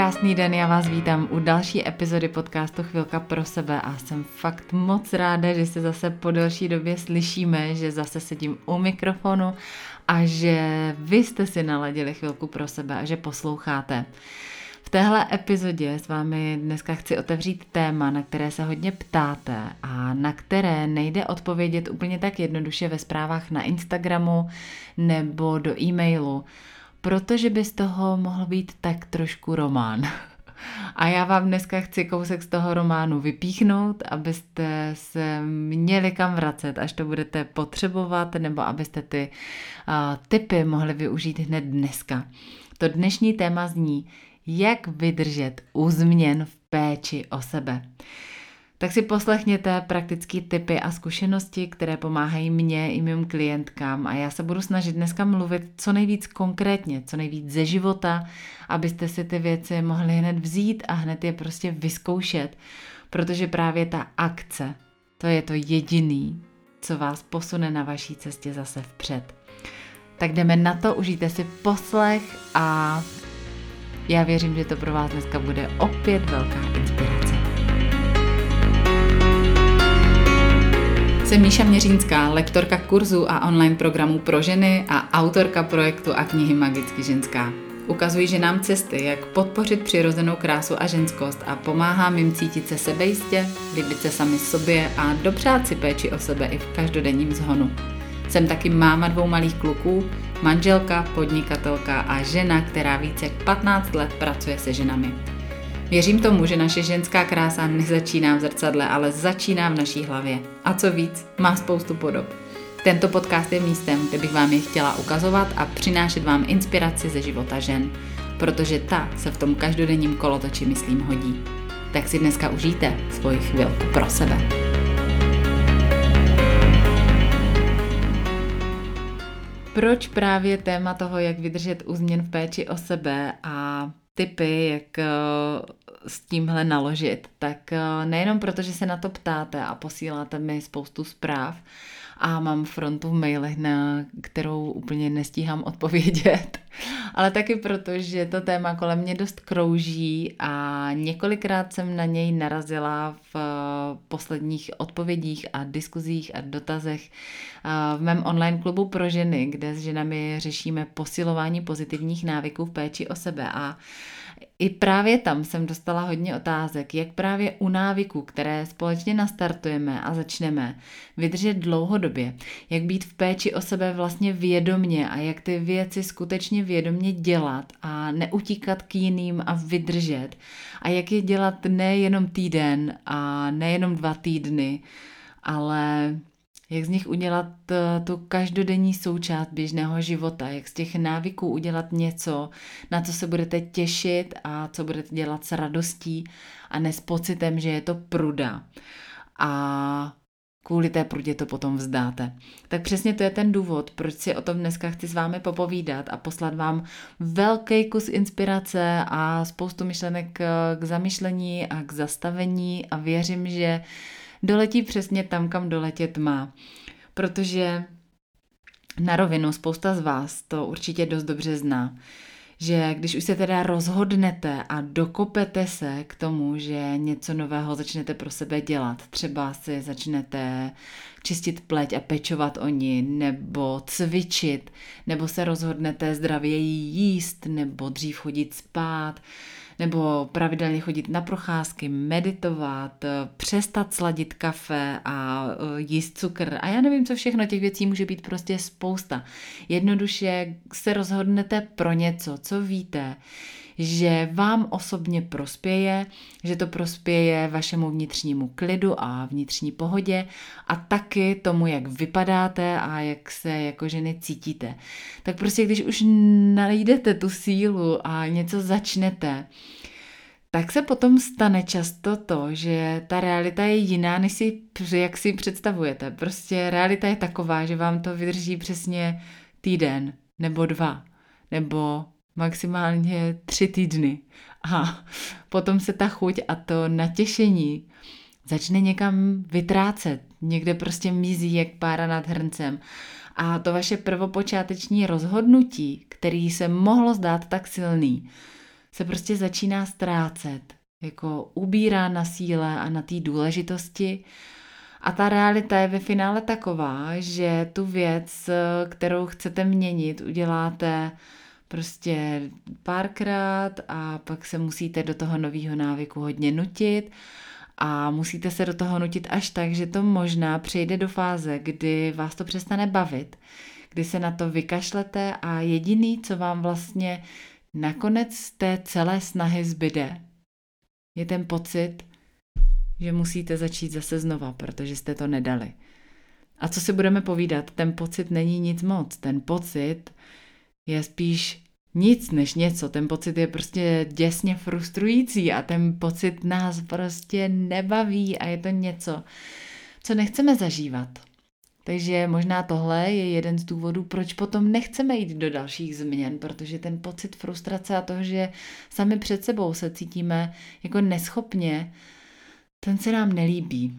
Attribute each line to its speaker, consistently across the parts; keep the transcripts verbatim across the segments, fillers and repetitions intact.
Speaker 1: Krásný den, já vás vítám u další epizody podcastu Chvilka pro sebe a jsem fakt moc ráda, že se zase po delší době slyšíme, že zase sedím u mikrofonu a že vy jste si naladili chvilku pro sebe a že posloucháte. V téhle epizodě s vámi dneska chci otevřít téma, na které se hodně ptáte a na které nejde odpovědět úplně tak jednoduše ve zprávách na Instagramu nebo do e-mailu, protože by z toho mohl být tak trošku román. A já vám dneska chci kousek z toho románu vypíchnout, abyste se měli kam vracet, až to budete potřebovat, nebo abyste ty uh, tipy mohli využít hned dneska. To dnešní téma zní, jak vydržet u změn v péči o sebe. Tak si poslechněte praktické tipy a zkušenosti, které pomáhají mně i mým klientkám a já se budu snažit dneska mluvit co nejvíc konkrétně, co nejvíc ze života, abyste si ty věci mohli hned vzít a hned je prostě vyzkoušet, protože právě ta akce, to je to jediný, co vás posune na vaší cestě zase vpřed. Tak jdeme na to, užijte si poslech a já věřím, že to pro vás dneska bude opět velká inspirace. Jsem Míša Měřínská, lektorka kurzů a online programů pro ženy a autorka projektu a knihy Magicky ženská. Ukazuji ženám cesty, jak podpořit přirozenou krásu a ženskost a pomáhám jim cítit se sebejistě, líbit se sami sobě a dopřát si péči o sebe i v každodenním zhonu. Jsem taky máma dvou malých kluků, manželka, podnikatelka a žena, která více jak patnáct let pracuje se ženami. Věřím tomu, že naše ženská krása nezačíná v zrcadle, ale začíná v naší hlavě. A co víc, má spoustu podob. Tento podcast je místem, kde bych vám je chtěla ukazovat a přinášet vám inspiraci ze života žen, protože ta se v tom každodenním kolotoči, myslím, hodí. Tak si dneska užijte svoji chvilku pro sebe. Proč právě téma toho, jak vydržet u změn v péči o sebe a tipy, jak s tímhle naložit, tak nejenom proto, že se na to ptáte a posíláte mi spoustu zpráv a mám frontu v mailech, na kterou úplně nestíhám odpovědět, ale taky proto, že to téma kolem mě dost krouží a několikrát jsem na něj narazila v posledních odpovědích a diskuzích a dotazech v mém online klubu pro ženy, kde s ženami řešíme posilování pozitivních návyků v péči o sebe a i právě tam jsem dostala hodně otázek, jak právě u návyků, které společně nastartujeme a začneme, vydržet dlouhodobě, jak být v péči o sebe vlastně vědomně a jak ty věci skutečně vědomně dělat a neutíkat k jiným a vydržet a jak je dělat nejenom týden a nejenom dva týdny, ale jak z nich udělat tu každodenní součást běžného života, jak z těch návyků udělat něco, na co se budete těšit a co budete dělat s radostí a ne s pocitem, že je to pruda. A kvůli té prudě to potom vzdáte. Tak přesně to je ten důvod, proč si o tom dneska chci s vámi popovídat a poslat vám velký kus inspirace a spoustu myšlenek k zamyšlení a k zastavení a věřím, že doletí přesně tam, kam doletět má. Protože na rovinu spousta z vás to určitě dost dobře zná, že když už se teda rozhodnete a dokopete se k tomu, že něco nového začnete pro sebe dělat, třeba si začnete čistit pleť a pečovat o ní, nebo cvičit, nebo se rozhodnete zdravě jíst, nebo dřív chodit spát, nebo pravidelně chodit na procházky, meditovat, přestat sladit kafe a jíst cukr. A já nevím, co všechno, těch věcí může být prostě spousta. Jednoduše se rozhodnete pro něco, co víte, že vám osobně prospěje, že to prospěje vašemu vnitřnímu klidu a vnitřní pohodě a taky tomu, jak vypadáte a jak se jako ženy cítíte. Tak prostě, když už najdete tu sílu a něco začnete, tak se potom stane často to, že ta realita je jiná, než si, jak si představujete. Prostě realita je taková, že vám to vydrží přesně týden, nebo dva, nebo maximálně tři týdny. A potom se ta chuť a to natěšení začne někam vytrácet. Někde prostě mizí jak pára nad hrncem. A to vaše prvopočáteční rozhodnutí, který se mohlo zdát tak silný, se prostě začíná ztrácet, jako ubírá na síle a na té důležitosti. A ta realita je ve finále taková, že tu věc, kterou chcete měnit, uděláte prostě párkrát a pak se musíte do toho nového návyku hodně nutit a musíte se do toho nutit až tak, že to možná přejde do fáze, kdy vás to přestane bavit, kdy se na to vykašlete a jediný, co vám vlastně nakonec z té celé snahy zbyde, je ten pocit, že musíte začít zase znova, protože jste to nedali. A co si budeme povídat, ten pocit není nic moc, ten pocit je spíš nic než něco, ten pocit je prostě děsně frustrující a ten pocit nás prostě nebaví a je to něco, co nechceme zažívat. Takže možná tohle je jeden z důvodů, proč potom nechceme jít do dalších změn, protože ten pocit frustrace a toho, že sami před sebou se cítíme jako neschopně, ten se nám nelíbí.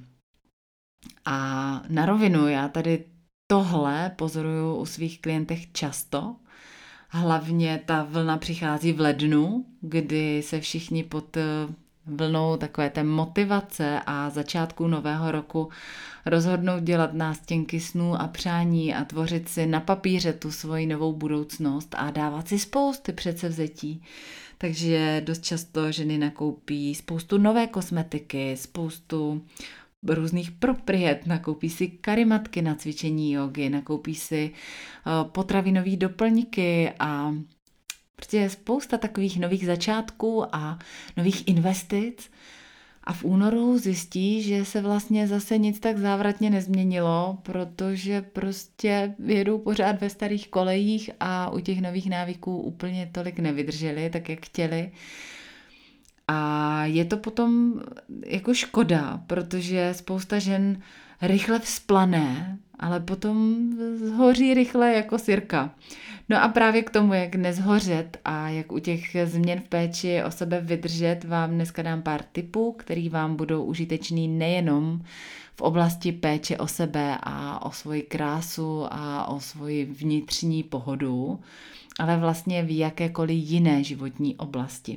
Speaker 1: A na rovinu já tady tohle pozoruju u svých klientech často. Hlavně ta vlna přichází v lednu, kdy se všichni pod vlnou takové té motivace a začátku nového roku rozhodnou dělat nástěnky snů a přání a tvořit si na papíře tu svoji novou budoucnost a dávat si spousty předsevzetí. Takže dost často ženy nakoupí spoustu nové kosmetiky, spoustu různých propriet, nakoupí si karimatky na cvičení jógy, nakoupí si potravinové doplňky a prostě je spousta takových nových začátků a nových investic. A v únoru zjistí, že se vlastně zase nic tak závratně nezměnilo, protože prostě jedou pořád ve starých kolejích a u těch nových návyků úplně tolik nevydrželi, tak jak chtěli. A je to potom jako škoda, protože spousta žen rychle vzplané, ale potom zhoří rychle jako sirka. No a právě k tomu, jak nezhořet a jak u těch změn v péči o sebe vydržet, vám dneska dám pár tipů, který vám budou užitečný nejenom v oblasti péče o sebe a o svoji krásu a o svoji vnitřní pohodu, ale vlastně v jakékoliv jiné životní oblasti.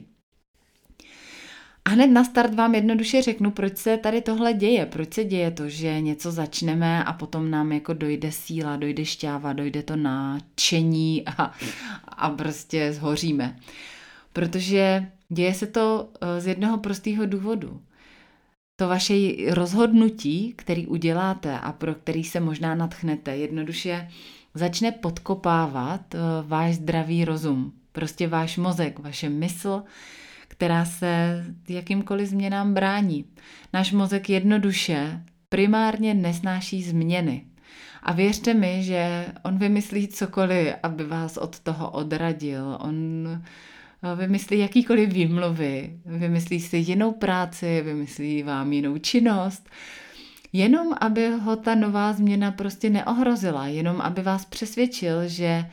Speaker 1: A hned na start vám jednoduše řeknu, proč se tady tohle děje. Proč se děje to, že něco začneme a potom nám jako dojde síla, dojde šťáva, dojde to nadšení a, a prostě zhoříme. Protože děje se to z jednoho prostého důvodu. To vaše rozhodnutí, který uděláte a pro který se možná nadchnete, jednoduše začne podkopávat váš zdravý rozum. Prostě váš mozek, vaše mysl, která se jakýmkoliv změnám brání. Náš mozek jednoduše primárně nesnáší změny. A věřte mi, že on vymyslí cokoliv, aby vás od toho odradil. On vymyslí jakýkoliv výmluvy, vymyslí si jinou práci, vymyslí vám jinou činnost, jenom aby ho ta nová změna prostě neohrozila, jenom aby vás přesvědčil, že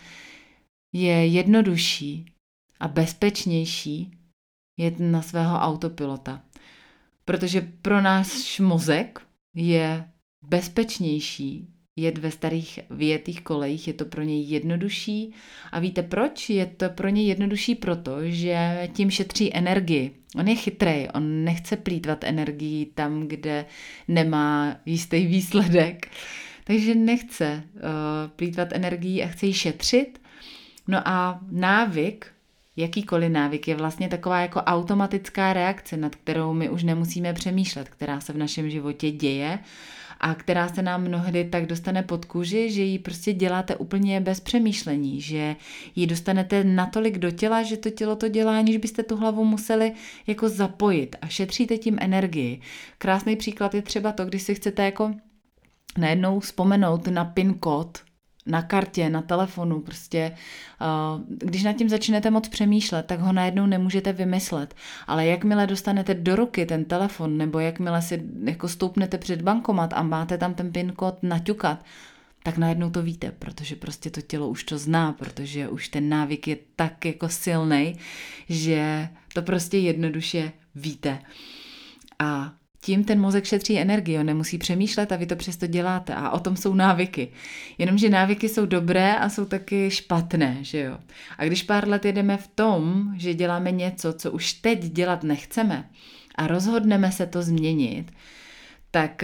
Speaker 1: je jednodušší a bezpečnější jet na svého autopilota. Protože pro náš mozek je bezpečnější jet ve starých vyjetých kolejích, je to pro něj jednodušší. A víte proč? Je to pro něj jednodušší proto, že tím šetří energii. On je chytrej, on nechce plýtvat energii tam, kde nemá jistý výsledek. Takže nechce uh, plýtvat energii a chce ji šetřit. No a návyk, jakýkoliv návyk, je vlastně taková jako automatická reakce, nad kterou my už nemusíme přemýšlet, která se v našem životě děje a která se nám mnohdy tak dostane pod kůži, že ji prostě děláte úplně bez přemýšlení, že ji dostanete natolik do těla, že to tělo to dělá, aniž byste tu hlavu museli jako zapojit a šetříte tím energii. Krásný příklad je třeba to, když si chcete jako najednou vzpomenout na PIN kód na kartě, na telefonu, prostě když nad tím začnete moc přemýšlet, tak ho najednou nemůžete vymyslet. Ale jakmile dostanete do ruky ten telefon, nebo jakmile si jako stoupnete před bankomat a máte tam ten PIN kód naťukat, tak najednou to víte, protože prostě to tělo už to zná, protože už ten návyk je tak jako silnej, že to prostě jednoduše víte. A tím ten mozek šetří energii, on nemusí přemýšlet a vy to přesto děláte a o tom jsou návyky. Jenomže návyky jsou dobré a jsou taky špatné, že jo. A když pár let jedeme v tom, že děláme něco, co už teď dělat nechceme a rozhodneme se to změnit, tak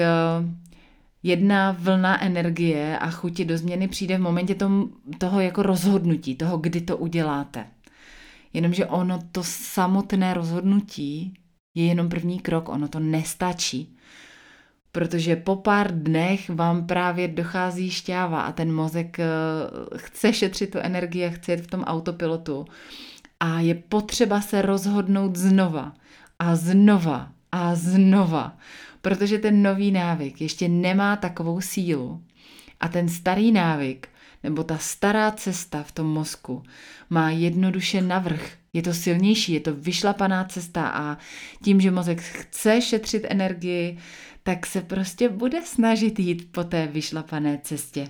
Speaker 1: jedna vlna energie a chuti do změny přijde v momentě tom, toho jako rozhodnutí, toho, kdy to uděláte. Jenomže ono to samotné rozhodnutí je jenom první krok, ono to nestačí. Protože po pár dnech vám právě dochází šťáva a ten mozek chce šetřit tu energii a chce jet v tom autopilotu. A je potřeba se rozhodnout znova a znova a znova. Protože ten nový návyk ještě nemá takovou sílu. A ten starý návyk, nebo ta stará cesta v tom mozku, má jednoduše navrch. Je to silnější, je to vyšlapaná cesta a tím, že mozek chce šetřit energii, tak se prostě bude snažit jít po té vyšlapané cestě.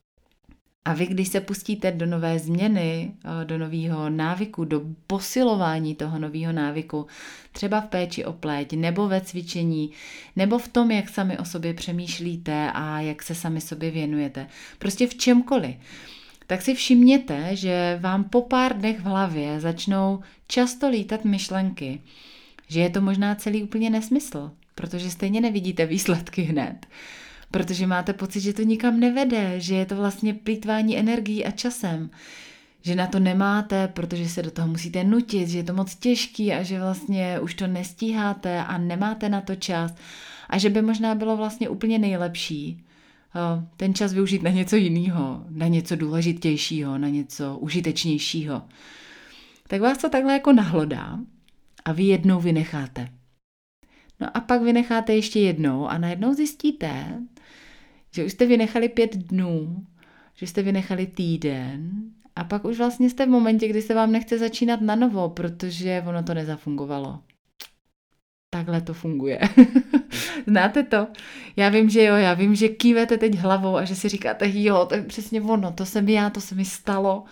Speaker 1: A vy, když se pustíte do nové změny, do nového návyku, do posilování toho nového návyku, třeba v péči o pleť, nebo ve cvičení, nebo v tom, jak sami o sobě přemýšlíte a jak se sami sobě věnujete, prostě v čemkoliv, tak si všimněte, že vám po pár dnech v hlavě začnou často lítat myšlenky, že je to možná celý úplně nesmysl, protože stejně nevidíte výsledky hned. Protože máte pocit, že to nikam nevede, že je to vlastně plýtvání energií a časem. Že na to nemáte, protože se do toho musíte nutit, že je to moc těžký a že vlastně už to nestíháte a nemáte na to čas. A že by možná bylo vlastně úplně nejlepší ten čas využít na něco jiného, na něco důležitějšího, na něco užitečnějšího. Tak vás to takhle jako nahlodá a vy jednou vynecháte. No a pak vynecháte ještě jednou a najednou zjistíte, že už jste vynechali pět dnů, že jste vynechali týden a pak už vlastně jste v momentě, kdy se vám nechce začínat na novo, protože ono to nezafungovalo. Takhle to funguje. Znáte to? Já vím, že jo, já vím, že kývete teď hlavou a že si říkáte, jo, to je přesně ono, to jsem já, to se mi stalo.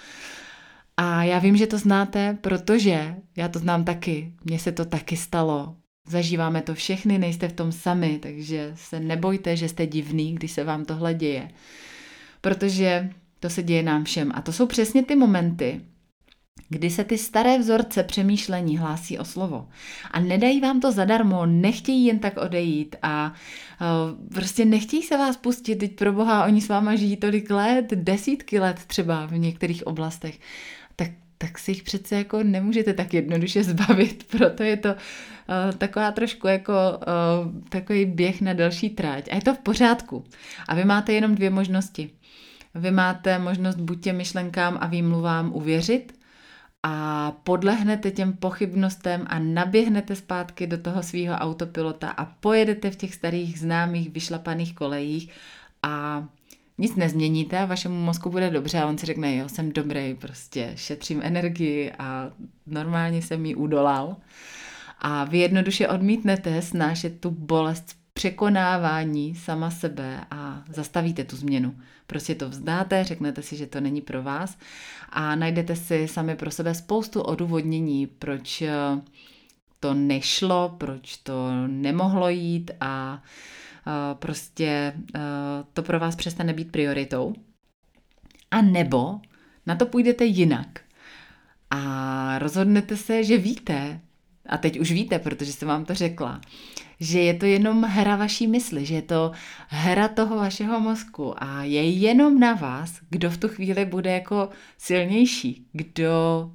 Speaker 1: A já vím, že to znáte, protože já to znám taky, mně se to taky stalo. Zažíváme to všechny, nejste v tom sami, takže se nebojte, že jste divný, když se vám tohle děje. Protože to se děje nám všem. A to jsou přesně ty momenty, kdy se ty staré vzorce přemýšlení hlásí o slovo. A nedají vám to zadarmo, nechtějí jen tak odejít a uh, prostě nechtějí se vás pustit, teď pro boha, oni s váma žijí tolik let, desítky let třeba v některých oblastech. Tak tak si jich přece jako nemůžete tak jednoduše zbavit, proto je to uh, taková trošku jako uh, takový běh na delší tráť. A je to v pořádku. A vy máte jenom dvě možnosti. Vy máte možnost buď těm myšlenkám a výmluvám uvěřit a podlehnete těm pochybnostem a naběhnete zpátky do toho svého autopilota a pojedete v těch starých známých vyšlapaných kolejích a nic nezměníte a vašemu mozku bude dobře a on si řekne, jo, jsem dobrý, prostě šetřím energii a normálně jsem jí udolal. A vy jednoduše odmítnete snášet tu bolest překonávání sama sebe a zastavíte tu změnu. Prostě to vzdáte, řeknete si, že to není pro vás a najdete si sami pro sebe spoustu odůvodnění, proč to nešlo, proč to nemohlo jít a prostě to pro vás přestane být prioritou. A nebo na to půjdete jinak a rozhodnete se, že víte, a teď už víte, protože jsem vám to řekla, že je to jenom hra vaší mysli, že je to hra toho vašeho mozku a je jenom na vás, kdo v tu chvíli bude jako silnější, kdo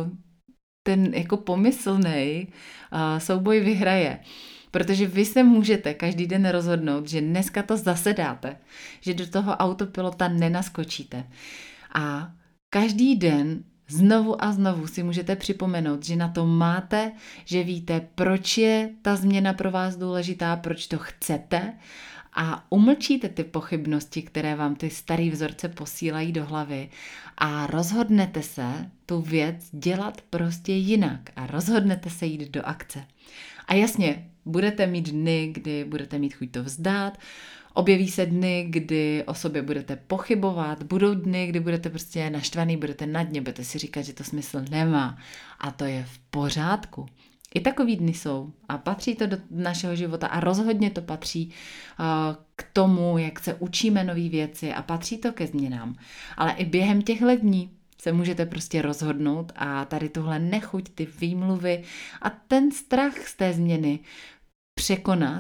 Speaker 1: ten jako pomyslnej souboj vyhraje. Protože vy se můžete každý den rozhodnout, že dneska to zase dáte, že do toho autopilota nenaskočíte. A každý den znovu a znovu si můžete připomenout, že na to máte, že víte, proč je ta změna pro vás důležitá, proč to chcete a umlčíte ty pochybnosti, které vám ty staré vzorce posílají do hlavy a rozhodnete se tu věc dělat prostě jinak a rozhodnete se jít do akce. A jasně, budete mít dny, kdy budete mít chuť to vzdát, objeví se dny, kdy o sobě budete pochybovat, budou dny, kdy budete prostě naštvaný, budete na dně, budete si říkat, že to smysl nemá. A to je v pořádku. I takový dny jsou a patří to do našeho života a rozhodně to patří uh, k tomu, jak se učíme nové věci a patří to ke změnám. Ale i během těchto dní se můžete prostě rozhodnout a tady tuhle nechuť, ty výmluvy a ten strach z té změny překonat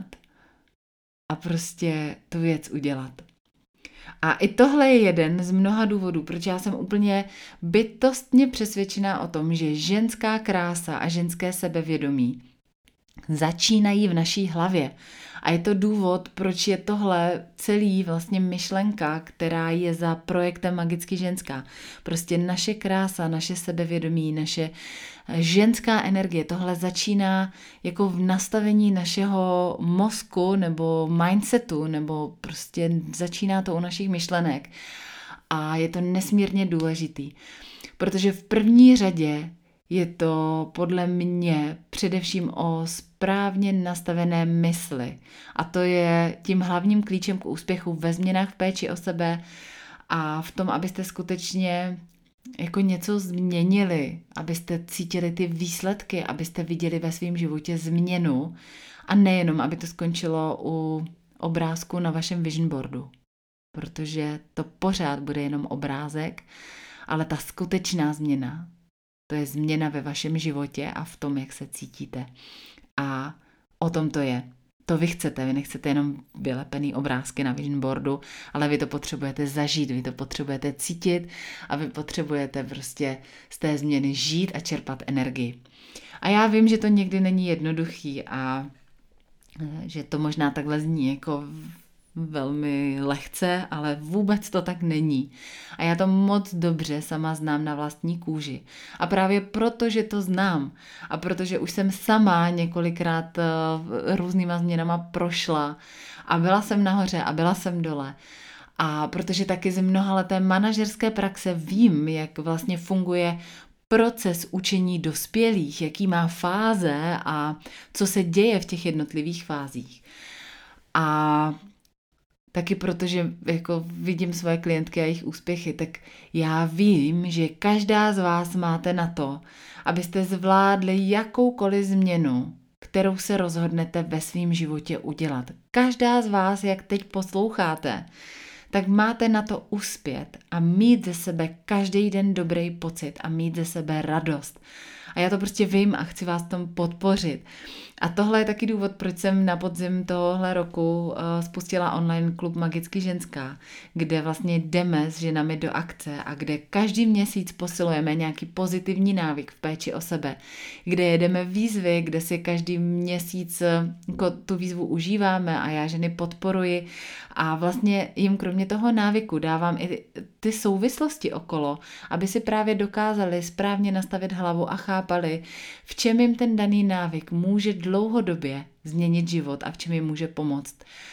Speaker 1: a prostě tu věc udělat. A i tohle je jeden z mnoha důvodů, proč já jsem úplně bytostně přesvědčená o tom, že ženská krása a ženské sebevědomí začínají v naší hlavě. A je to důvod, proč je tohle celý vlastně myšlenka, která je za projektem Magicky ženská. Prostě naše krása, naše sebevědomí, naše ženská energie, tohle začíná jako v nastavení našeho mozku nebo mindsetu, nebo prostě začíná to u našich myšlenek. A je to nesmírně důležitý, protože v první řadě je to podle mě především o správně nastavené mysli. A to je tím hlavním klíčem k úspěchu ve změnách v péči o sebe a v tom, abyste skutečně jako něco změnili, abyste cítili ty výsledky, abyste viděli ve svém životě změnu a nejenom, aby to skončilo u obrázku na vašem vision boardu. Protože to pořád bude jenom obrázek, ale ta skutečná změna, to je změna ve vašem životě a v tom, jak se cítíte. A o tom to je. To vy chcete, vy nechcete jenom vylepený obrázky na vision boardu, ale vy to potřebujete zažít, vy to potřebujete cítit a vy potřebujete prostě z té změny žít a čerpat energii. A já vím, že to někdy není jednoduchý a že to možná takhle zní jako velmi lehce, ale vůbec to tak není. A já to moc dobře sama znám na vlastní kůži. A právě proto, že to znám a protože už jsem sama několikrát různýma změnama prošla a byla jsem nahoře a byla jsem dole. A protože taky z mnohaleté manažerské praxe vím, jak vlastně funguje proces učení dospělých, jaký má fáze a co se děje v těch jednotlivých fázích. A taky protože jako vidím svoje klientky a jejich úspěchy, tak já vím, že každá z vás máte na to, abyste zvládli jakoukoliv změnu, kterou se rozhodnete ve svém životě udělat. Každá z vás, jak teď posloucháte, tak máte na to uspět a mít ze sebe každý den dobrý pocit a mít ze sebe radost. A já to prostě vím a chci vás v tom podpořit. A tohle je taky důvod, proč jsem na podzim tohle roku spustila online klub Magicky ženská, kde vlastně jdeme s ženami do akce a kde každý měsíc posilujeme nějaký pozitivní návyk v péči o sebe, kde jedeme výzvy, kde si každý měsíc jako tu výzvu užíváme a já ženy podporuji a vlastně jim kromě toho návyku dávám i ty souvislosti okolo, aby si právě dokázali správně nastavit hlavu a chápali, v čem jim ten daný návyk může dlouhodobě změnit život a v čem jim může pomoct.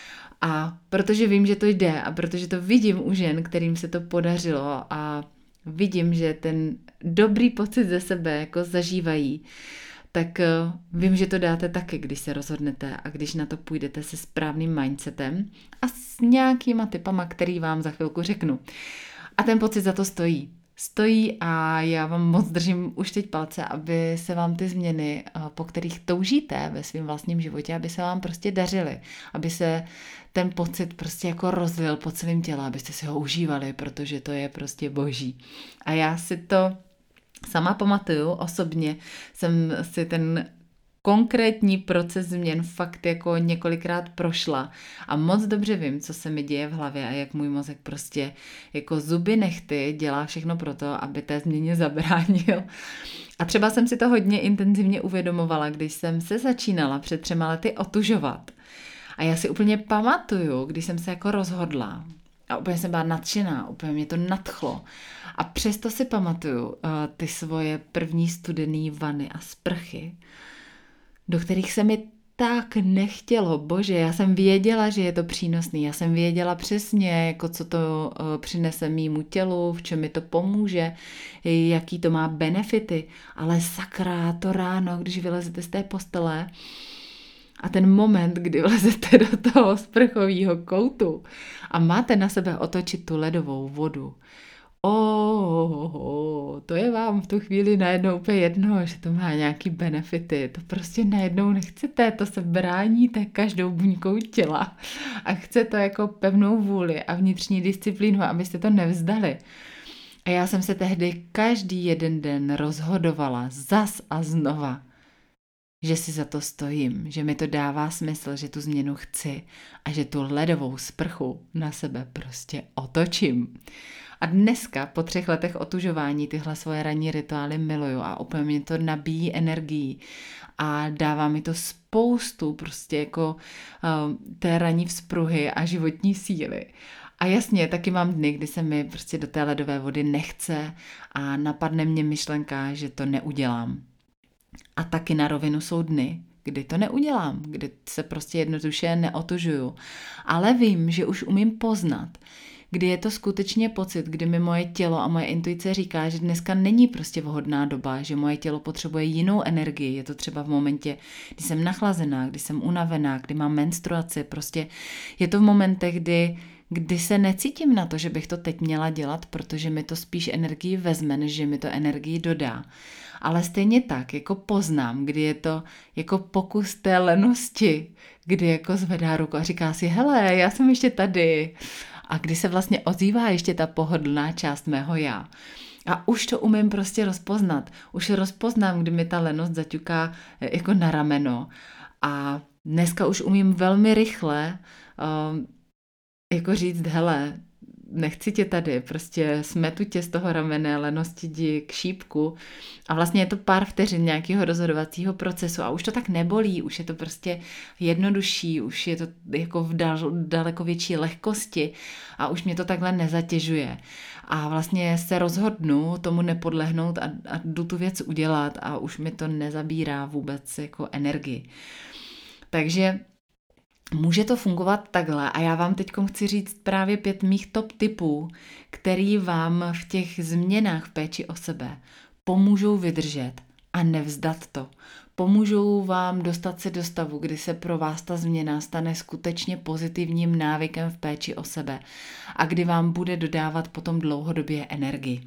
Speaker 1: A protože vím, že to jde a protože to vidím u žen, kterým se to podařilo a vidím, že ten dobrý pocit ze sebe jako zažívají, tak vím, že to dáte taky, když se rozhodnete a když na to půjdete se správným mindsetem a s nějakýma typama, který vám za chvilku řeknu. A ten pocit za to stojí. Stojí a já vám moc držím už teď palce, aby se vám ty změny, po kterých toužíte ve svém vlastním životě, aby se vám prostě dařily, aby se ten pocit prostě jako rozlil po celém těle, abyste si ho užívali, protože to je prostě boží. A já si to sama pamatuju, osobně jsem si ten konkrétní proces změn fakt jako několikrát prošla a moc dobře vím, co se mi děje v hlavě a jak můj mozek prostě jako zuby nehty dělá všechno pro to, aby té změně zabránil. A třeba jsem si to hodně intenzivně uvědomovala, když jsem se začínala před třema lety otužovat. A já si úplně pamatuju, když jsem se jako rozhodla a úplně jsem byla nadšená, úplně mě to nadchlo. A přesto si pamatuju uh, ty svoje první studený vany a sprchy, do kterých se mi tak nechtělo. Bože, já jsem věděla, že je to přínosný. Já jsem věděla přesně, jako co to uh, přinese mýmu tělu, v čem mi to pomůže, jaký to má benefity. Ale sakra, to ráno, když vylezete z té postele a ten moment, kdy vlezete do toho sprchového koutu a máte na sebe otočit tu ledovou vodu, oh, to je vám v tu chvíli najednou úplně jedno, že to má nějaký benefity. To prostě najednou nechcete, to se bráníte každou buňkou těla a chce to jako pevnou vůli a vnitřní disciplínu, abyste to nevzdali. A já jsem se tehdy každý jeden den rozhodovala zas a znova, že si za to stojím, že mi to dává smysl, že tu změnu chci a že tu ledovou sprchu na sebe prostě otočím. A dneska, po třech letech otužování, tyhle svoje ranní rituály miluju a úplně mě to nabíjí energií a dává mi to spoustu prostě jako uh, té ranní vzpruhy a životní síly. A jasně, taky mám dny, kdy se mi prostě do té ledové vody nechce a napadne mě myšlenka, že to neudělám. A taky na rovinu jsou dny, kdy to neudělám, kdy se prostě jednoduše neotužuju. Ale vím, že už umím poznat, kdy je to skutečně pocit, kdy mi moje tělo a moje intuice říká, že dneska není prostě vhodná doba, že moje tělo potřebuje jinou energii. Je to třeba v momentě, kdy jsem nachlazená, kdy jsem unavená, kdy mám menstruaci. Prostě je to v momentech, kdy kdy se necítím na to, že bych to teď měla dělat, protože mi to spíš energii vezme, než že mi to energii dodá. Ale stejně tak, jako poznám, kdy je to jako pokus té lenosti, kdy jako zvedá ruku a říká si, hele, já jsem ještě tady. A kdy se vlastně ozývá ještě ta pohodlná část mého já. A už to umím prostě rozpoznat. Už rozpoznám, kdy mi ta lenost zaťuká jako na rameno. A dneska už umím velmi rychle uh, jako říct, hele, nechci tě tady, prostě smetu tě z toho ramene, lenosti jdi k šípku a vlastně je to pár vteřin nějakého rozhodovacího procesu a už to tak nebolí, už je to prostě jednodušší, už je to jako v dal, daleko větší lehkosti a už mě to takhle nezatěžuje. A vlastně se rozhodnu tomu nepodlehnout a, a jdu tu věc udělat a už mi to nezabírá vůbec jako energii. Takže může to fungovat takhle a já vám teď chci říct právě pět mých top tipů, který vám v těch změnách v péči o sebe pomůžou vydržet a nevzdat to. Pomůžou vám dostat se do stavu, kdy se pro vás ta změna stane skutečně pozitivním návykem v péči o sebe a kdy vám bude dodávat potom dlouhodobě energii.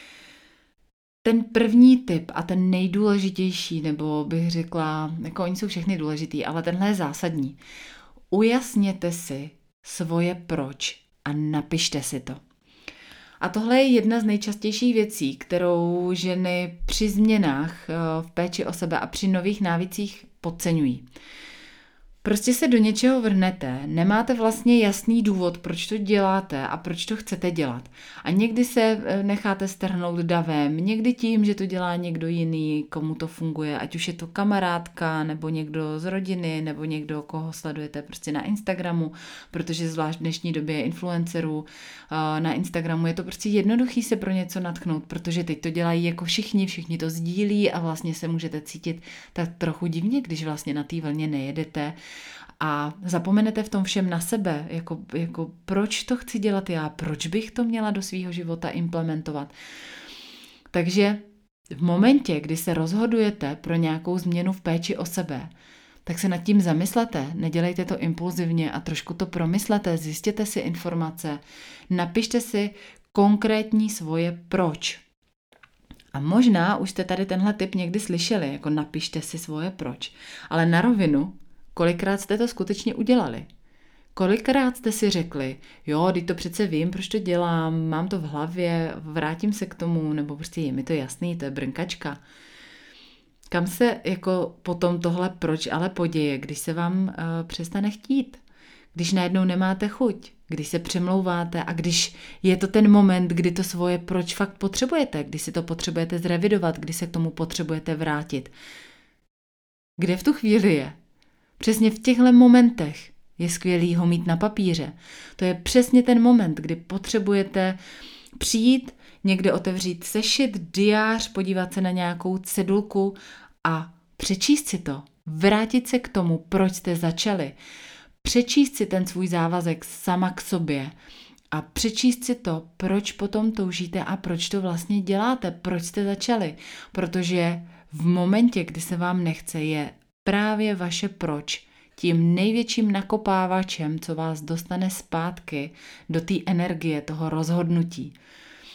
Speaker 1: Ten první tip a ten nejdůležitější, nebo bych řekla, jako oni jsou všechny důležitý, ale tenhle je zásadní. Ujasněte si svoje proč a napište si to. A tohle je jedna z nejčastějších věcí, kterou ženy při změnách v péči o sebe a při nových návycích podceňují. Prostě se do něčeho vrhnete, nemáte vlastně jasný důvod, proč to děláte a proč to chcete dělat. A někdy se necháte strhnout davem, někdy tím, že to dělá někdo jiný, komu to funguje, ať už je to kamarádka, nebo někdo z rodiny, nebo někdo, koho sledujete prostě na Instagramu, protože zvlášť v dnešní době influencerů na Instagramu je to prostě jednoduchý se pro něco natchnout, protože teď to dělají jako všichni, všichni to sdílí a vlastně se můžete cítit tak trochu divně, když vlastně na té vlně nejedete. A zapomenete v tom všem na sebe, jako, jako proč to chci dělat já, proč bych to měla do svého života implementovat. Takže v momentě, kdy se rozhodujete pro nějakou změnu v péči o sebe, tak se nad tím zamyslete, nedělejte to impulzivně a trošku to promyslete, zjistěte si informace, napište si konkrétní svoje proč. A možná už jste tady tenhle tip někdy slyšeli, jako napište si svoje proč, ale na rovinu, kolikrát jste to skutečně udělali? Kolikrát jste si řekli, jo, teď to přece vím, proč to dělám, mám to v hlavě, vrátím se k tomu, nebo prostě je mi to jasný, to je brnkačka. Kam se jako potom tohle proč ale poděje, když se vám uh, přestane chtít? Když najednou nemáte chuť, když se přemlouváte a když je to ten moment, kdy to svoje proč fakt potřebujete, kdy si to potřebujete zrevidovat, kdy se k tomu potřebujete vrátit. Kde v tu chvíli je? Přesně v těchto momentech je skvělý ho mít na papíře. To je přesně ten moment, kdy potřebujete přijít, někde otevřít sešit, diář, podívat se na nějakou cedulku a přečíst si to. Vrátit se k tomu, proč jste začali. Přečíst si ten svůj závazek sama k sobě a přečíst si to, proč potom toužíte a proč to vlastně děláte, proč jste začali. Protože v momentě, kdy se vám nechce, je právě vaše proč tím největším nakopávačem, co vás dostane zpátky do té energie toho rozhodnutí.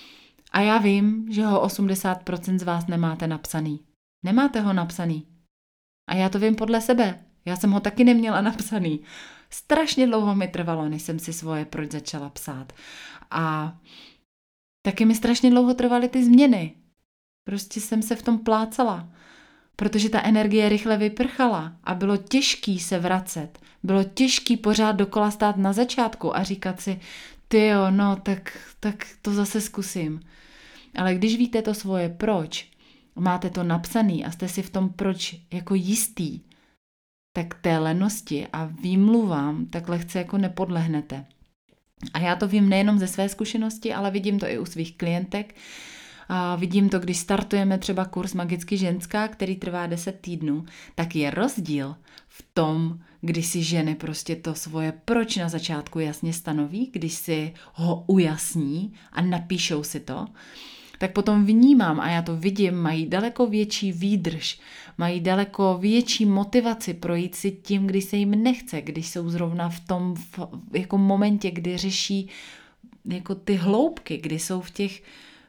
Speaker 1: A já vím, že ho osmdesát procent z vás nemáte napsaný. Nemáte ho napsaný. A já to vím podle sebe. Já jsem ho taky neměla napsaný. Strašně dlouho mi trvalo, než jsem si svoje proč začala psát. A taky mi strašně dlouho trvaly ty změny. Prostě jsem se v tom plácala, protože ta energie rychle vyprchala a bylo těžký se vracet. Bylo těžký pořád dokola stát na začátku a říkat si, tyjo, no tak, tak to zase zkusím. Ale když víte to svoje proč, máte to napsaný a jste si v tom proč jako jistý, tak té lenosti a výmluvám tak lehce jako nepodlehnete. A já to vím nejenom ze své zkušenosti, ale vidím to i u svých klientek. A vidím to, když startujeme třeba kurz Magicky ženská, který trvá deset týdnů, tak je rozdíl v tom, když si ženy prostě to svoje proč na začátku jasně stanoví, když si ho ujasní a napíšou si to, tak potom vnímám a já to vidím, mají daleko větší výdrž, mají daleko větší motivaci projít si tím, když se jim nechce, když jsou zrovna v tom v, jako momentě, kdy řeší jako ty hloubky, kdy jsou v těch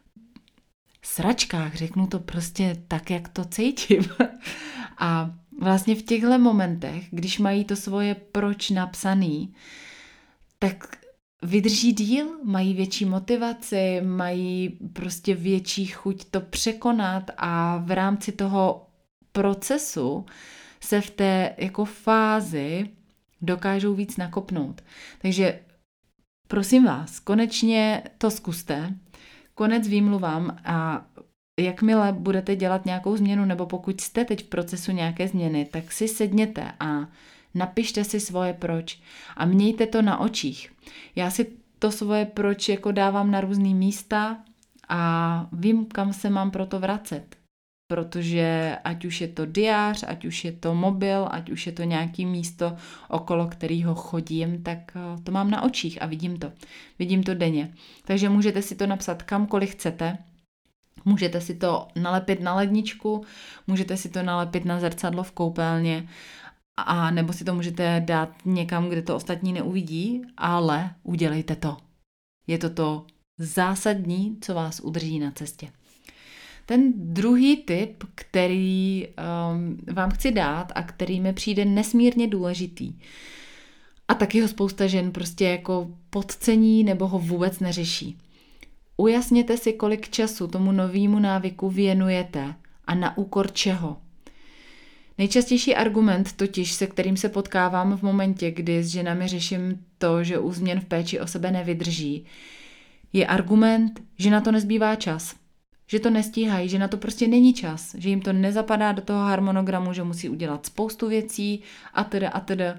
Speaker 1: sračkách, řeknu to prostě tak, jak to cítím. A vlastně v těchto momentech, když mají to svoje proč napsaný, tak vydrží díl, mají větší motivaci, mají prostě větší chuť to překonat a v rámci toho procesu se v té jako fázi dokážou víc nakopnout. Takže prosím vás, konečně to zkuste, konec výmluvám a jakmile budete dělat nějakou změnu nebo pokud jste teď v procesu nějaké změny, tak si sedněte a napište si svoje proč a mějte to na očích. Já si to svoje proč jako dávám na různý místa a vím, kam se mám proto vracet. Protože ať už je to diář, ať už je to mobil, ať už je to nějaký místo, okolo kterého chodím, tak to mám na očích a vidím to. Vidím to denně. Takže můžete si to napsat kamkoliv chcete. Můžete si to nalepit na ledničku, můžete si to nalepit na zrcadlo v koupelně, a nebo si to můžete dát někam, kde to ostatní neuvidí, ale udělejte to. Je to to zásadní, co vás udrží na cestě. Ten druhý tip, který um, vám chci dát a který mi přijde nesmírně důležitý, a taky ho spousta žen prostě jako podcení nebo ho vůbec neřeší. Ujasněte si, kolik času tomu novému návyku věnujete a na úkor čeho. Nejčastější argument totiž, se kterým se potkávám v momentě, kdy s ženami řeším to, že u změn v péči o sebe nevydrží, je argument, že na to nezbývá čas. Že to nestíhají, že na to prostě není čas, že jim to nezapadá do toho harmonogramu, že musí udělat spoustu věcí a teda a teda.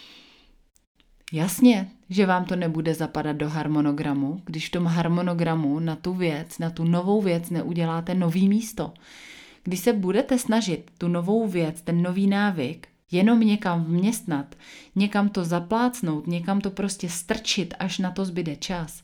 Speaker 1: Jasně, že vám to nebude zapadat do harmonogramu, když v tom harmonogramu na tu věc, na tu novou věc neuděláte nový místo. Když se budete snažit tu novou věc, ten nový návyk, jenom někam vměstnat, někam to zaplácnout, někam to prostě strčit, až na to zbyde čas,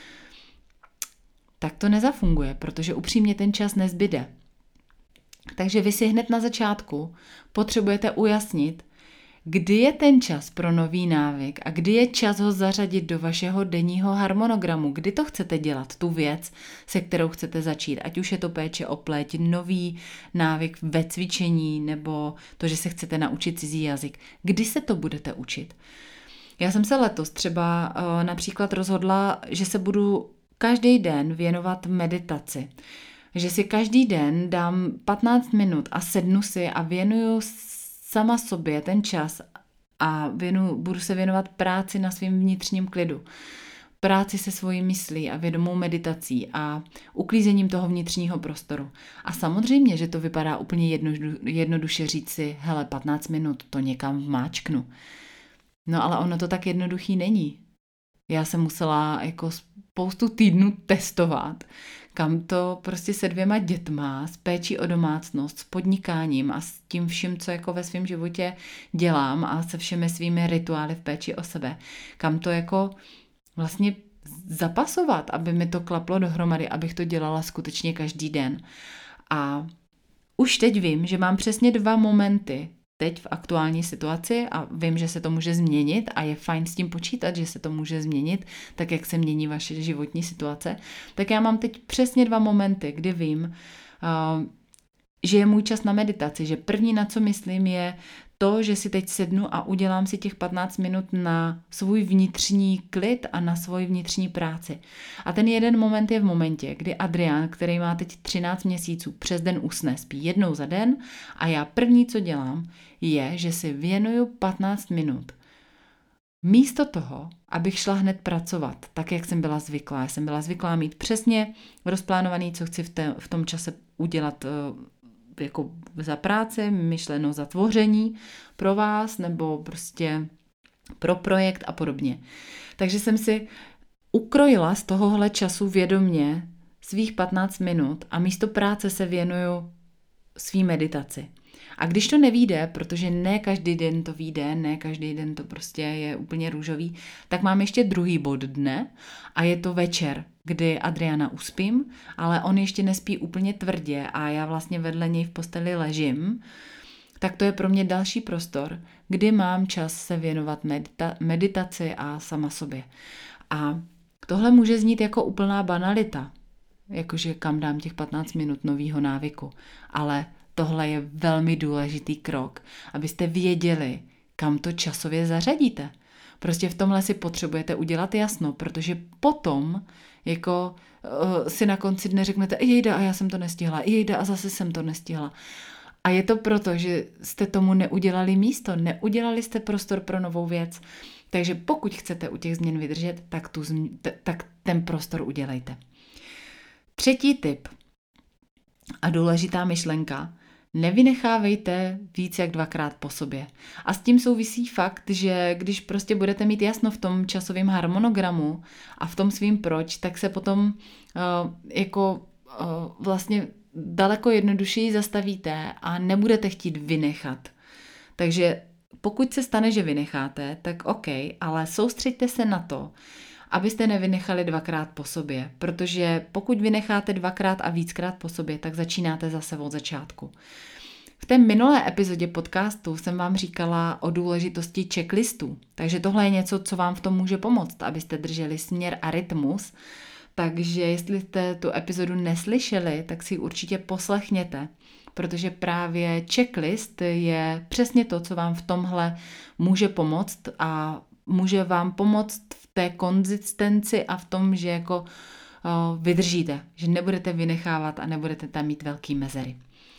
Speaker 1: tak to nezafunguje, protože upřímně ten čas nezbyde. Takže vy si hned na začátku potřebujete ujasnit, kdy je ten čas pro nový návyk a kdy je čas ho zařadit do vašeho denního harmonogramu, kdy to chcete dělat, tu věc, se kterou chcete začít, ať už je to péče o pleť, nový návyk ve cvičení nebo to, že se chcete naučit cizí jazyk. Kdy se to budete učit? Já jsem se letos třeba uh, například rozhodla, že se budu každý den věnovat meditaci. Že si každý den dám patnáct minut a sednu si a věnuju sama sobě ten čas a věnu, budu se věnovat práci na svým vnitřním klidu. Práci se svojí myslí a vědomou meditací a uklízením toho vnitřního prostoru. A samozřejmě, že to vypadá úplně jedno, jednoduše říct si, hele, patnáct minut, to někam vmáčknu. No ale ono to tak jednoduchý není. Já jsem musela jako spoustu týdnů testovat, kam to prostě se dvěma dětma, s péčí o domácnost, s podnikáním a s tím vším, co jako ve svém životě dělám a se všemi svými rituály v péči o sebe, kam to jako vlastně zapasovat, aby mi to klaplo dohromady, abych to dělala skutečně každý den. A už teď vím, že mám přesně dva momenty, teď v aktuální situaci a vím, že se to může změnit a je fajn s tím počítat, že se to může změnit, tak jak se mění vaše životní situace, tak já mám teď přesně dva momenty, kdy vím, že je můj čas na meditaci, že první, na co myslím, je to, že si teď sednu a udělám si těch patnáct minut na svůj vnitřní klid a na svoji vnitřní práci. A ten jeden moment je v momentě, kdy Adrián, který má teď třináct měsíců, přes den usne, spí jednou za den a já první, co dělám, je, že si věnuju patnáct minut. Místo toho, abych šla hned pracovat, tak jak jsem byla zvyklá. Já jsem byla zvyklá mít přesně rozplánovaný, co chci v, té, v tom čase udělat jako za práci, myšleno za tvoření pro vás nebo prostě pro projekt a podobně. Takže jsem si ukrojila z tohohle času vědomě svých patnáct minut a místo práce se věnuju svý meditaci. A když to nevyjde, protože ne každý den to vyjde, ne každý den to prostě je úplně růžový, tak mám ještě druhý bod dne a je to večer, kdy Adriana uspím, ale on ještě nespí úplně tvrdě a já vlastně vedle něj v posteli ležím, tak to je pro mě další prostor, kdy mám čas se věnovat medita- meditaci a sama sobě. A tohle může znít jako úplná banalita, jakože kam dám těch patnáct minut novýho návyku, ale tohle je velmi důležitý krok, abyste věděli, kam to časově zařadíte. Prostě v tomhle si potřebujete udělat jasno, protože potom jako uh, si na konci dne řeknete, jejda, a já jsem to nestihla, jejda, a zase jsem to nestihla. A je to proto, že jste tomu neudělali místo, neudělali jste prostor pro novou věc. Takže pokud chcete u těch změn vydržet, tak, tu, tak ten prostor udělejte. Třetí tip a důležitá myšlenka. Nevynechávejte víc jak dvakrát po sobě. A s tím souvisí fakt, že když prostě budete mít jasno v tom časovém harmonogramu a v tom svým proč, tak se potom uh, jako uh, vlastně daleko jednodušeji zastavíte a nebudete chtít vynechat. Takže pokud se stane, že vynecháte, tak OK, ale soustřeďte se na to, abyste nevynechali dvakrát po sobě, protože pokud vynecháte dvakrát a víckrát po sobě, tak začínáte zase od začátku. V té minulé epizodě podcastu jsem vám říkala o důležitosti checklistů, takže tohle je něco, co vám v tom může pomoct, abyste drželi směr a rytmus, takže jestli jste tu epizodu neslyšeli, tak si ji určitě poslechněte, protože právě checklist je přesně to, co vám v tomhle může pomoct a může vám pomoct v té konzistenci a v tom, že jako uh, vydržíte, že nebudete vynechávat a nebudete tam mít velký mezery.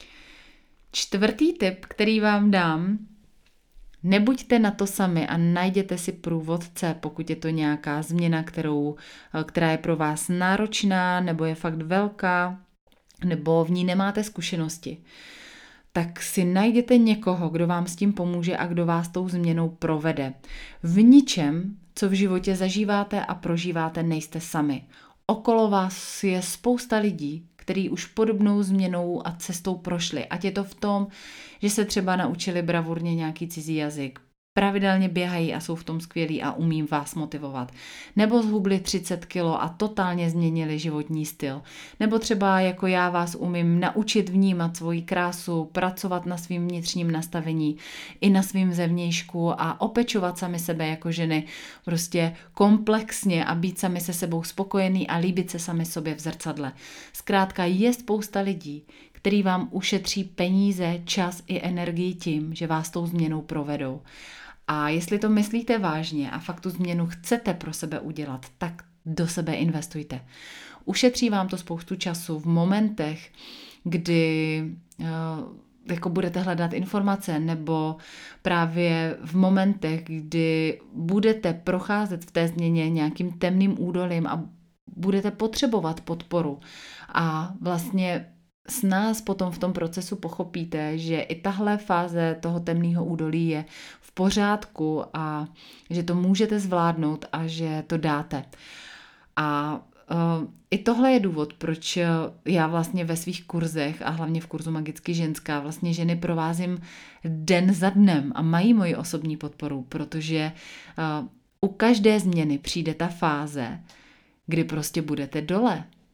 Speaker 1: Čtvrtý tip, který vám dám, nebuďte na to sami a najděte si průvodce, pokud je to nějaká změna, kterou, která je pro vás náročná nebo je fakt velká, nebo v ní nemáte zkušenosti. Tak si najděte někoho, kdo vám s tím pomůže a kdo vás tou změnou provede. V ničem, co v životě zažíváte a prožíváte, nejste sami. Okolo vás je spousta lidí, kteří už podobnou změnou a cestou prošli. Ať je to v tom, že se třeba naučili bravurně nějaký cizí jazyk, pravidelně běhají a jsou v tom skvělí a umí vás motivovat. Nebo zhubli třicet kilo a totálně změnili životní styl. Nebo třeba jako já vás umím naučit vnímat svoji krásu, pracovat na svým vnitřním nastavení i na svým zevnějšku a opečovat sami sebe jako ženy prostě komplexně a být sami se sebou spokojený a líbit se sami sobě v zrcadle. Zkrátka je spousta lidí, který vám ušetří peníze, čas i energii tím, že vás tou změnou provedou. A jestli to myslíte vážně a fakt tu změnu chcete pro sebe udělat, tak do sebe investujte. Ušetří vám to spoustu času v momentech, kdy uh, jako budete hledat informace, nebo právě v momentech, kdy budete procházet v té změně nějakým temným údolím a budete potřebovat podporu. A vlastně s nás potom v tom procesu pochopíte, že i tahle fáze toho temného údolí je v pořádku a že to můžete zvládnout a že to dáte. A uh, i tohle je důvod, proč já vlastně ve svých kurzech a hlavně v kurzu Magicky ženská vlastně ženy provázím den za dnem a mají moji osobní podporu, protože uh, u každé změny přijde ta fáze, kdy prostě budete dole.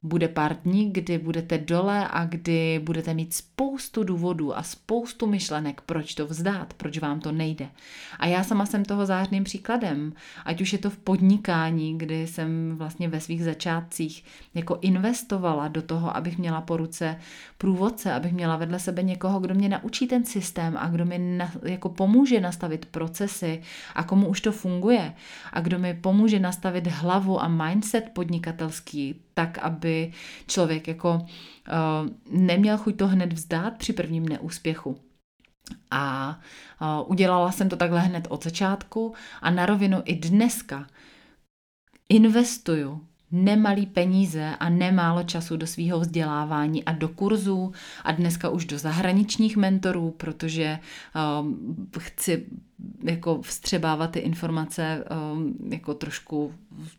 Speaker 1: Bude pár dní, kdy budete dole a kdy budete mít spoustu důvodů a spoustu myšlenek, proč to vzdát, proč vám to nejde. A já sama jsem toho zářným příkladem. Ať už je to v podnikání, kdy jsem vlastně ve svých začátcích jako investovala do toho, abych měla po ruce průvodce, abych měla vedle sebe někoho, kdo mě naučí ten systém a kdo mi na, jako pomůže nastavit procesy a komu už to funguje a kdo mi pomůže nastavit hlavu a mindset podnikatelský, tak, aby člověk jako uh, neměl chuť to hned vzdát při prvním neúspěchu. A uh, udělala jsem to takhle hned od začátku a na rovinu i dneska investuju nemalý peníze a nemálo času do svého vzdělávání a do kurzů a dneska už do zahraničních mentorů, protože um, chci jako vstřebávat ty informace um, jako trošku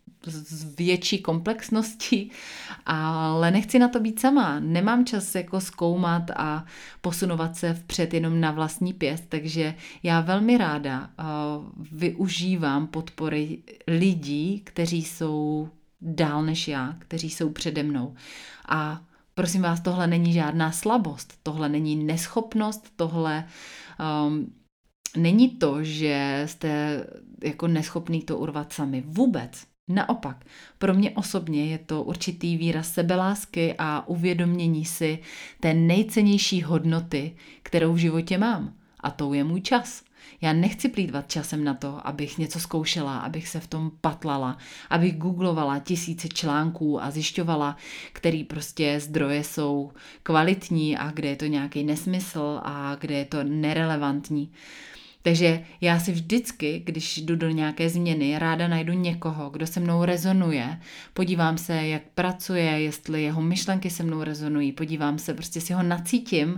Speaker 1: s větší komplexností, ale nechci na to být sama. Nemám čas jako zkoumat a posunovat se vpřed jenom na vlastní pěst, takže já velmi ráda uh, využívám podpory lidí, kteří jsou dál než já, kteří jsou přede mnou. A prosím vás, tohle není žádná slabost, tohle není neschopnost, tohle um, není to, že jste jako neschopný to urvat sami. Vůbec. Naopak, pro mě osobně je to určitý výraz sebelásky a uvědomění si té nejcennější hodnoty, kterou v životě mám. A tou je můj čas. Já nechci plýtvat časem na to, abych něco zkoušela, abych se v tom patlala, abych googlovala tisíce článků a zjišťovala, který prostě zdroje jsou kvalitní a kde je to nějaký nesmysl a kde je to nerelevantní. Takže já si vždycky, když jdu do nějaké změny, ráda najdu někoho, kdo se mnou rezonuje, podívám se, jak pracuje, jestli jeho myšlenky se mnou rezonují, podívám se, prostě si ho nacítím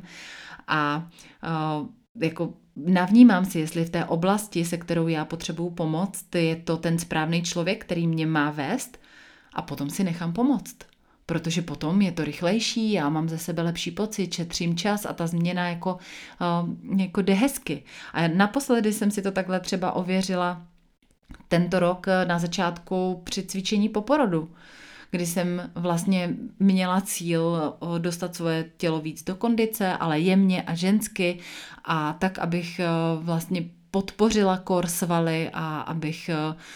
Speaker 1: a uh, jako navnímám si, jestli v té oblasti, se kterou já potřebuju pomoct, je to ten správný člověk, který mě má vést a potom si nechám pomoct. Protože potom je to rychlejší, já mám ze sebe lepší pocit, šetřím čas a ta změna jako, uh, jako jde hezky. A naposledy jsem si to takhle třeba ověřila tento rok na začátku při cvičení po porodu, kdy jsem vlastně měla cíl dostat svoje tělo víc do kondice, ale jemně a žensky a tak, abych vlastně podpořila kor svaly a abych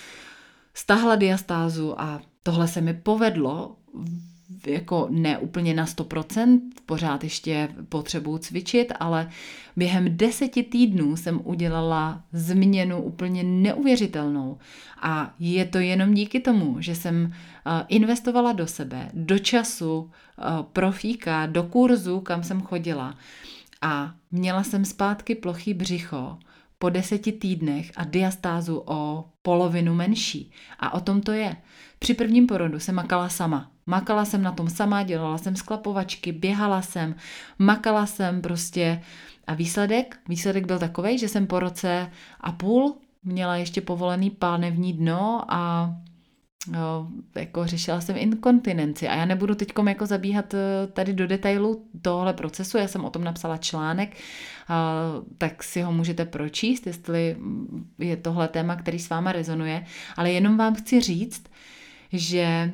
Speaker 1: stáhla diastázu a tohle se mi povedlo jako ne úplně na sto procent, pořád ještě potřebuji cvičit, ale během deseti týdnů jsem udělala změnu úplně neuvěřitelnou. A je to jenom díky tomu, že jsem investovala do sebe, do času, profíka, do kurzu, kam jsem chodila. A měla jsem zpátky plochý břicho po deseti týdnech a diastázu o polovinu menší. A o tom to je. Při prvním porodu jsem makala sama. Makala jsem na tom sama, dělala jsem sklapovačky, běhala jsem, makala jsem prostě a výsledek? Výsledek byl takovej, že jsem po roce a půl měla ještě povolený pánevní dno a jo, jako řešila jsem inkontinenci a já nebudu teďkom jako zabíhat tady do detailu tohle procesu, já jsem o tom napsala článek, tak si ho můžete pročíst, jestli je tohle téma, který s váma rezonuje, ale jenom vám chci říct, že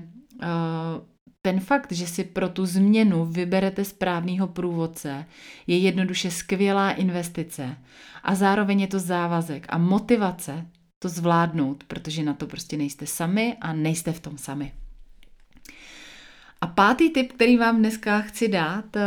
Speaker 1: ten fakt, že si pro tu změnu vyberete správného průvodce, je jednoduše skvělá investice a zároveň je to závazek a motivace to zvládnout, protože na to prostě nejste sami a nejste v tom sami. A pátý tip, který vám dneska chci dát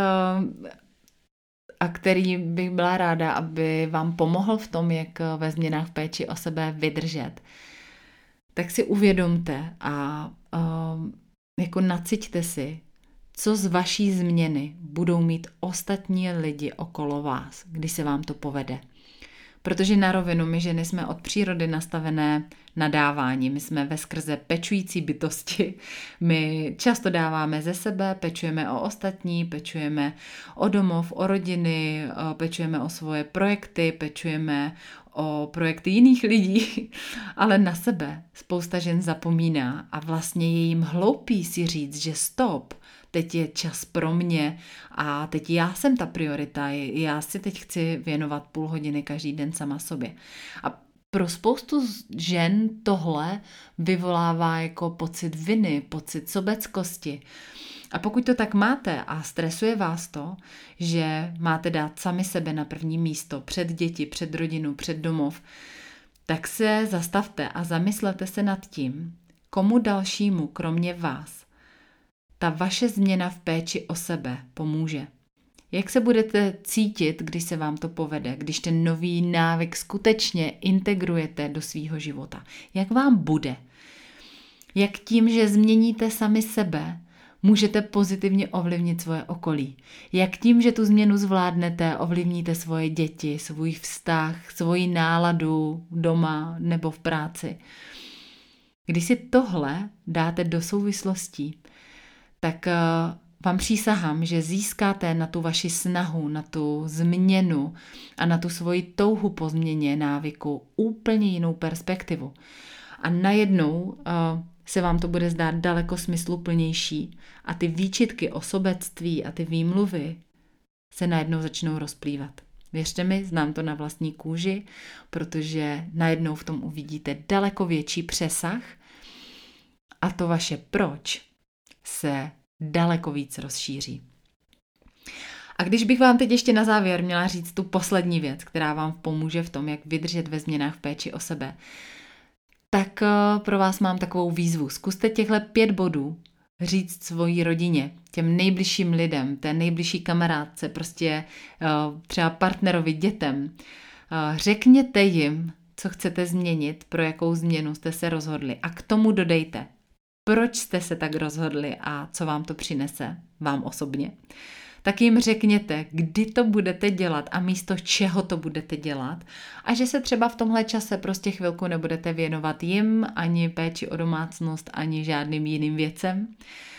Speaker 1: a který bych byla ráda, aby vám pomohl v tom, jak ve změnách v péči o sebe vydržet, tak si uvědomte a um, jako naciťte si, co z vaší změny budou mít ostatní lidi okolo vás, když se vám to povede. Protože na rovinu my ženy jsme od přírody nastavené na dávání. My jsme veskrze pečující bytosti. My často dáváme ze sebe, pečujeme o ostatní, pečujeme o domov, o rodiny, pečujeme o svoje projekty, pečujeme o projekty jiných lidí, ale na sebe spousta žen zapomíná a vlastně je jim hloupý si říct, že stop, teď je čas pro mě a teď já jsem ta priorita, já si teď chci věnovat půl hodiny každý den sama sobě. A pro spoustu žen tohle vyvolává jako pocit viny, pocit sobeckosti. A pokud to tak máte a stresuje vás to, že máte dát sami sebe na první místo, před děti, před rodinu, před domov, tak se zastavte a zamyslete se nad tím, komu dalšímu, kromě vás, ta vaše změna v péči o sebe pomůže. Jak se budete cítit, když se vám to povede, když ten nový návyk skutečně integrujete do svýho života? Jak vám bude? Jak tím, že změníte sami sebe, můžete pozitivně ovlivnit svoje okolí? Jak tím, že tu změnu zvládnete, ovlivníte svoje děti, svůj vztah, svoji náladu doma nebo v práci? Když si tohle dáte do souvislostí, tak vám přísahám, že získáte na tu vaši snahu, na tu změnu a na tu svoji touhu po změně návyku úplně jinou perspektivu. A najednou uh, se vám to bude zdát daleko smysluplnější a ty výčitky o sobectví a ty výmluvy se najednou začnou rozplývat. Věřte mi, znám to na vlastní kůži, protože najednou v tom uvidíte daleko větší přesah a to vaše proč se daleko víc rozšíří. A když bych vám teď ještě na závěr měla říct tu poslední věc, která vám pomůže v tom, jak vydržet ve změnách v péči o sebe, tak pro vás mám takovou výzvu. Zkuste těchto pět bodů říct svojí rodině, těm nejbližším lidem, té nejbližší kamarádce, prostě třeba partnerovi, dětem. Řekněte jim, co chcete změnit, pro jakou změnu jste se rozhodli a k tomu dodejte, proč jste se tak rozhodli a co vám to přinese, vám osobně. Tak jim řekněte, kdy to budete dělat a místo čeho to budete dělat a že se třeba v tomhle čase prostě chvilku nebudete věnovat jim, ani péči o domácnost, ani žádným jiným věcem.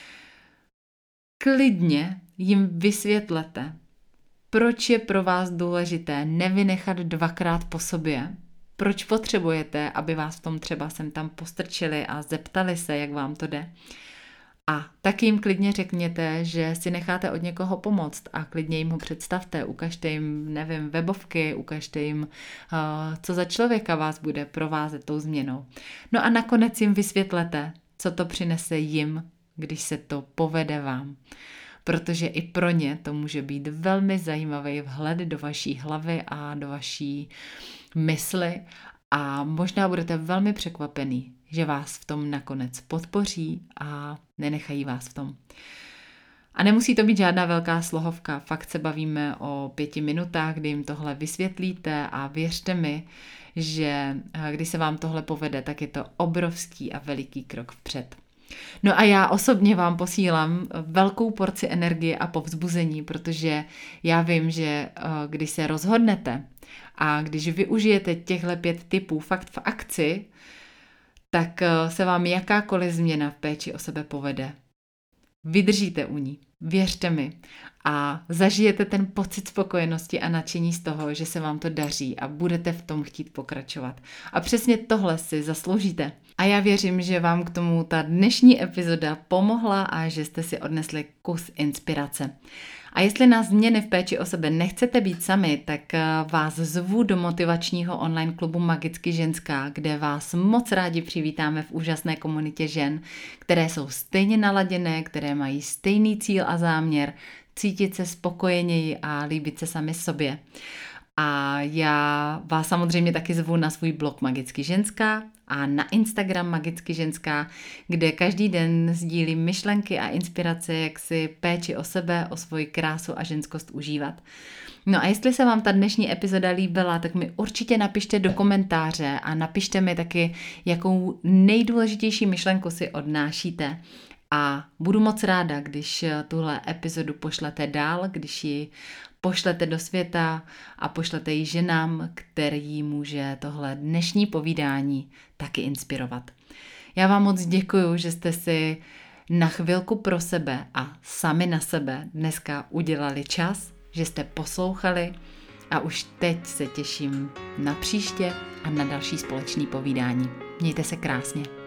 Speaker 1: Klidně jim vysvětlete, proč je pro vás důležité nevynechat dvakrát po sobě, proč potřebujete, aby vás v tom třeba sem tam postrčili a zeptali se, jak vám to jde. A taky jim klidně řekněte, že si necháte od někoho pomoct a klidně jim ho představte, ukažte jim, nevím, webovky, ukažte jim, co za člověka vás bude provázet tou změnou. No a nakonec jim vysvětlete, co to přinese jim, když se to povede vám. Protože i pro ně to může být velmi zajímavý vhled do vaší hlavy a do vaší mysli a možná budete velmi překvapený, že vás v tom nakonec podpoří a nenechají vás v tom. A nemusí to být žádná velká slohovka, fakt se bavíme o pěti minutách, kdy jim tohle vysvětlíte a věřte mi, že když se vám tohle povede, tak je to obrovský a veliký krok vpřed. No a já osobně vám posílám velkou porci energie a povzbuzení, protože já vím, že když se rozhodnete a když využijete těchto pět tipů fakt v akci, tak se vám jakákoliv změna v péči o sebe povede. Vydržíte u ní, věřte mi a zažijete ten pocit spokojenosti a nadšení z toho, že se vám to daří a budete v tom chtít pokračovat. A přesně tohle si zasloužíte. A já věřím, že vám k tomu ta dnešní epizoda pomohla a že jste si odnesli kus inspirace. A jestli na změny v péči o sebe nechcete být sami, tak vás zvu do motivačního online klubu Magicky ženská, kde vás moc rádi přivítáme v úžasné komunitě žen, které jsou stejně naladěné, které mají stejný cíl a záměr, cítit se spokojeněji a líbit se sami sobě. A já vás samozřejmě taky zvu na svůj blog Magicky ženská a na Instagram Magicky ženská, kde každý den sdílím myšlenky a inspirace, jak si péči o sebe, o svoji krásu a ženskost užívat. No a jestli se vám ta dnešní epizoda líbila, tak mi určitě napište do komentáře a napište mi taky, jakou nejdůležitější myšlenku si odnášíte. A budu moc ráda, když tuhle epizodu pošlete dál, když ji pošlete do světa a pošlete ji ženám, který může tohle dnešní povídání taky inspirovat. Já vám moc děkuju, že jste si na chvilku pro sebe a sami na sebe dneska udělali čas, že jste poslouchali a už teď se těším na příště a na další společný povídání. Mějte se krásně.